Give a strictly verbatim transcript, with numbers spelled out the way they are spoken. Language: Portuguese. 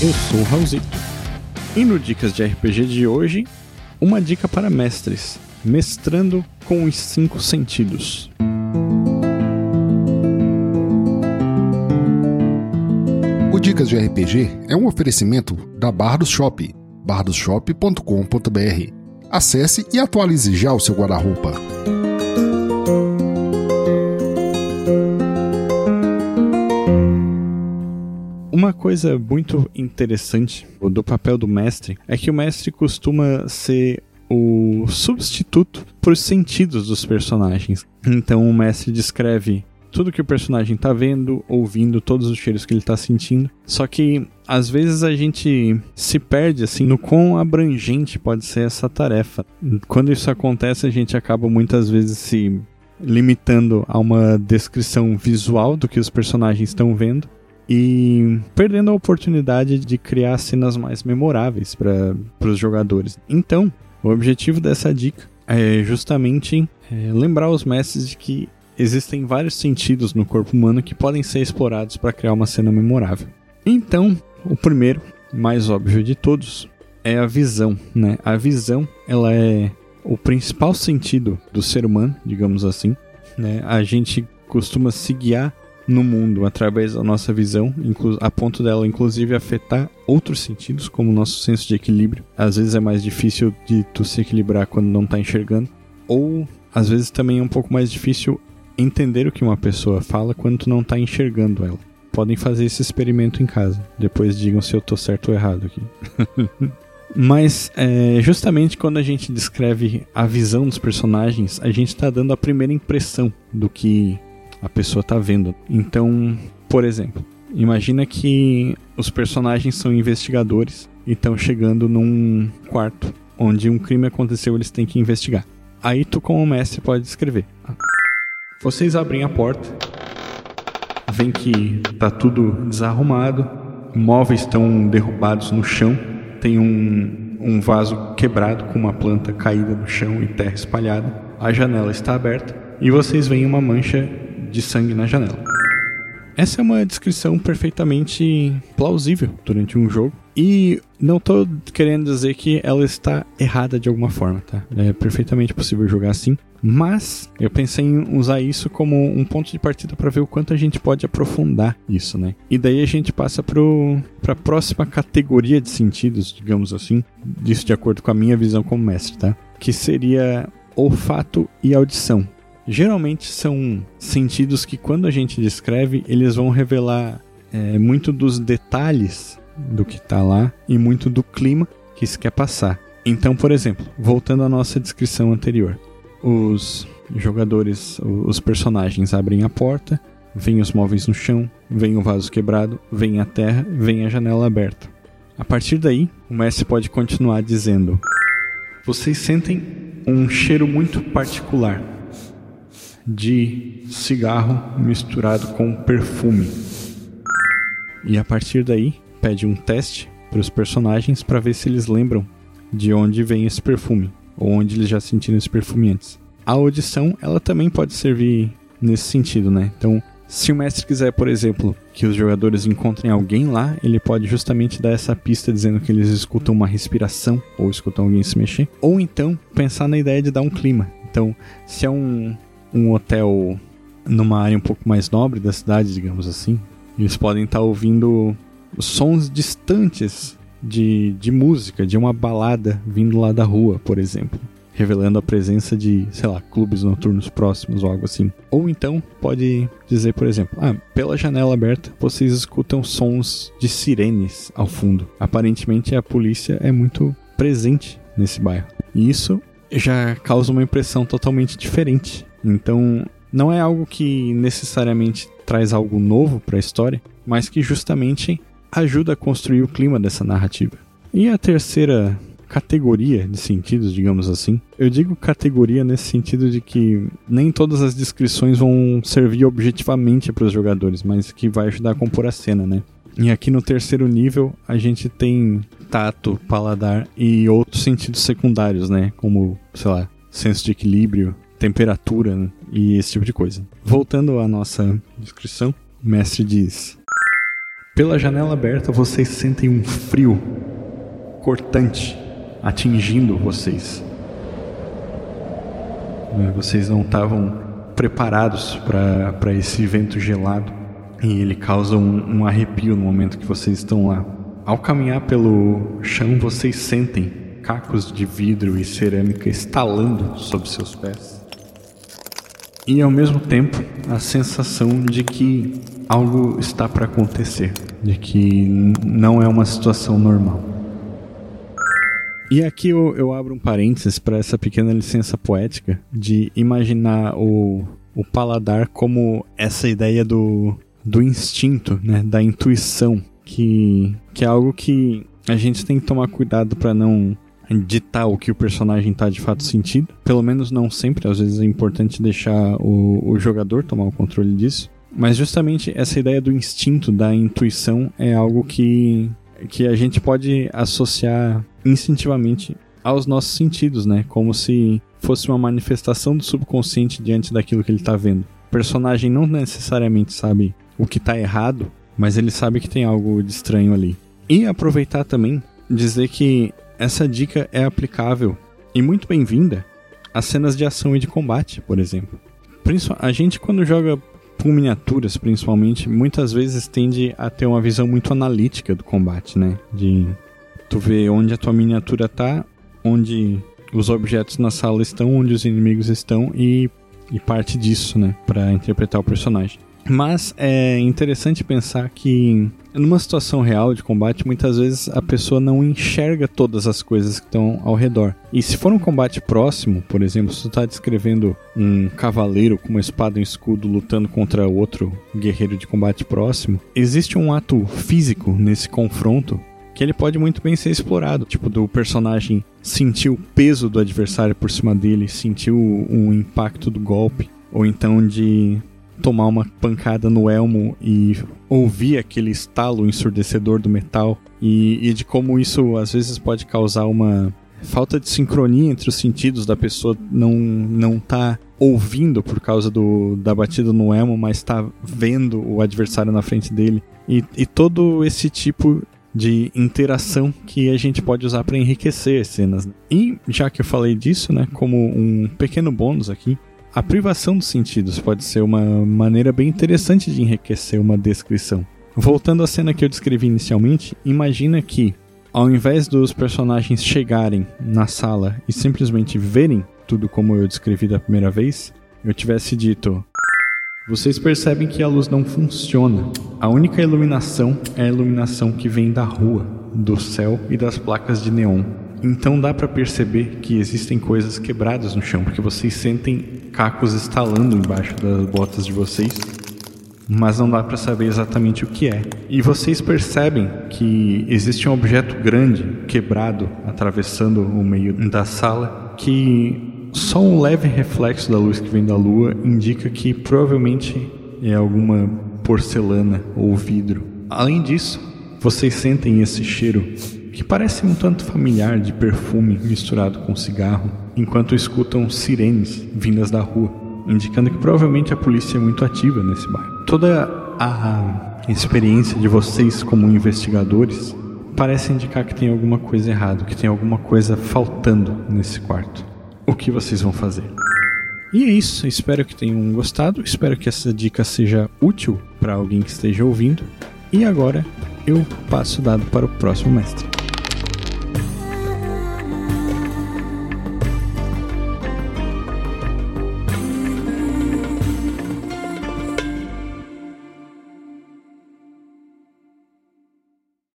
Eu sou o Raulzito. E no Dicas de R P G de hoje, uma dica para mestres, mestrando com os cinco sentidos. O Dicas de R P G é um oferecimento da Bardos Shop, bardos shop ponto com ponto b r. Acesse e atualize já o seu guarda-roupa. Uma coisa muito interessante do papel do mestre é que o mestre costuma ser o substituto para os sentidos dos personagens. Então o mestre descreve tudo que o personagem está vendo, ouvindo, todos os cheiros que ele está sentindo. Só que às vezes a gente se perde assim no quão abrangente pode ser essa tarefa. Quando isso acontece, a gente acaba muitas vezes se limitando a uma descrição visual do que os personagens estão vendo e perdendo a oportunidade de criar cenas mais memoráveis para os jogadores. Então, o objetivo dessa dica é justamente é, lembrar os mestres de que existem vários sentidos no corpo humano que podem ser explorados para criar uma cena memorável. Então, o primeiro, mais óbvio de todos, é a visão, né? A visão, ela é o principal sentido do ser humano, digamos assim, né? A gente costuma se guiar no mundo através da nossa visão, a ponto dela inclusive afetar outros sentidos, como o nosso senso de equilíbrio. Às vezes é mais difícil de tu se equilibrar quando não está enxergando, ou às vezes também é um pouco mais difícil entender o que uma pessoa fala quando tu não está enxergando ela. Podem fazer esse experimento em casa, depois digam se eu estou certo ou errado aqui. Mas é, justamente quando a gente descreve a visão dos personagens, a gente está dando a primeira impressão do que a pessoa está vendo. Então, por exemplo, imagina que os personagens são investigadores e estão chegando num quarto onde um crime aconteceu e eles têm que investigar. Aí tu, como mestre, pode descrever. Vocês abrem a porta, veem que tá tudo desarrumado, móveis estão derrubados no chão, tem um, um vaso quebrado com uma planta caída no chão e terra espalhada, a janela está aberta e vocês veem uma mancha de sangue na janela. Essa é uma descrição perfeitamente plausível durante um jogo e não estou querendo dizer que ela está errada de alguma forma, tá? É perfeitamente possível jogar assim, mas eu pensei em usar isso como um ponto de partida para ver o quanto a gente pode aprofundar isso, né? E daí a gente passa para a próxima categoria de sentidos, digamos assim, isso de acordo com a minha visão como mestre, tá? Que seria olfato e audição. Geralmente são sentidos que quando a gente descreve, eles vão revelar é, muito dos detalhes do que está lá e muito do clima que se quer passar. Então, por exemplo, voltando à nossa descrição anterior, os jogadores, os personagens abrem a porta, veem os móveis no chão, veem o vaso quebrado, veem a terra, veem a janela aberta. A partir daí, o mestre pode continuar dizendo: vocês sentem um cheiro muito particular de cigarro misturado com perfume. E a partir daí, pede um teste para os personagens para ver se eles lembram de onde vem esse perfume, ou onde eles já sentiram esse perfume antes. A audição, ela também pode servir nesse sentido, né? Então, se o mestre quiser, por exemplo, que os jogadores encontrem alguém lá, ele pode justamente dar essa pista dizendo que eles escutam uma respiração, ou escutam alguém se mexer. Ou então, pensar na ideia de dar um clima. Então, se é um um hotel numa área um pouco mais nobre da cidade, digamos assim, eles podem estar ouvindo sons distantes de, de música, de uma balada vindo lá da rua, por exemplo, revelando a presença de, sei lá, clubes noturnos próximos ou algo assim. Ou então pode dizer, por exemplo, ah, pela janela aberta vocês escutam sons de sirenes ao fundo. Aparentemente a polícia é muito presente nesse bairro. E isso já causa uma impressão totalmente diferente. Então, não é algo que necessariamente traz algo novo para a história, mas que justamente ajuda a construir o clima dessa narrativa. E a terceira categoria de sentidos, digamos assim, eu digo categoria nesse sentido de que nem todas as descrições vão servir objetivamente para os jogadores, mas que vai ajudar a compor a cena, né? E aqui no terceiro nível a gente tem tato, paladar e outros sentidos secundários, né? Como, sei lá, senso de equilíbrio, temperatura, né? E esse tipo de coisa. Voltando à nossa descrição, o mestre diz: Pela janela aberta vocês sentem um frio cortante atingindo vocês. Vocês não estavam preparados para esse vento gelado e ele causa um, um arrepio no momento que vocês estão lá. Ao caminhar pelo chão, vocês sentem cacos de vidro e cerâmica estalando sob seus pés. E ao mesmo tempo, a sensação de que algo está para acontecer, de que não é uma situação normal. E aqui eu, eu abro um parênteses para essa pequena licença poética de imaginar o, o paladar como essa ideia do, do instinto, né, da intuição, que, que é algo que a gente tem que tomar cuidado para não ditar o que o personagem está de fato sentindo. Pelo menos não sempre, às vezes é importante deixar o, o jogador tomar o controle disso. Mas justamente essa ideia do instinto, da intuição, é algo que, que a gente pode associar instintivamente aos nossos sentidos, né? Como se fosse uma manifestação do subconsciente diante daquilo que ele está vendo. O personagem não necessariamente sabe o que está errado, mas ele sabe que tem algo de estranho ali. E aproveitar também, dizer que essa dica é aplicável e muito bem-vinda às cenas de ação e de combate, por exemplo. A gente, quando joga com miniaturas, principalmente, muitas vezes tende a ter uma visão muito analítica do combate, né? De tu ver onde a tua miniatura tá, onde os objetos na sala estão, onde os inimigos estão e, e parte disso, né? Pra interpretar o personagem. Mas é interessante pensar que numa situação real de combate, muitas vezes a pessoa não enxerga todas as coisas que estão ao redor. E se for um combate próximo, por exemplo, se tu está descrevendo um cavaleiro com uma espada e um escudo lutando contra outro guerreiro de combate próximo, existe um ato físico nesse confronto que ele pode muito bem ser explorado. Tipo, do personagem sentir o peso do adversário por cima dele, sentir o, o impacto do golpe, ou então de tomar uma pancada no elmo e ouvir aquele estalo ensurdecedor do metal, e, e de como isso às vezes pode causar uma falta de sincronia entre os sentidos da pessoa, não, não tá ouvindo por causa do, da batida no elmo, mas tá vendo o adversário na frente dele, e, e todo esse tipo de interação que a gente pode usar para enriquecer as cenas. E já que eu falei disso, né, como um pequeno bônus aqui, a privação dos sentidos pode ser uma maneira bem interessante de enriquecer uma descrição. Voltando à cena que eu descrevi inicialmente, imagina que, ao invés dos personagens chegarem na sala e simplesmente verem tudo como eu descrevi da primeira vez, eu tivesse dito: vocês percebem que a luz não funciona. A única iluminação é a iluminação que vem da rua, do céu e das placas de neon. Então dá pra perceber que existem coisas quebradas no chão, porque vocês sentem cacos estalando embaixo das botas de vocês, mas não dá pra saber exatamente o que é. E vocês percebem que existe um objeto grande, quebrado, atravessando o meio da sala, que só um leve reflexo da luz que vem da lua indica que provavelmente é alguma porcelana ou vidro. Além disso, vocês sentem esse cheiro que parece um tanto familiar de perfume misturado com cigarro, enquanto escutam sirenes vindas da rua, indicando que provavelmente a polícia é muito ativa nesse bairro. Toda a experiência de vocês como investigadores parece indicar que tem alguma coisa errada, que tem alguma coisa faltando nesse quarto. O que vocês vão fazer? E é isso, espero que tenham gostado, espero que essa dica seja útil para alguém que esteja ouvindo, e agora eu passo o dado para o próximo mestre.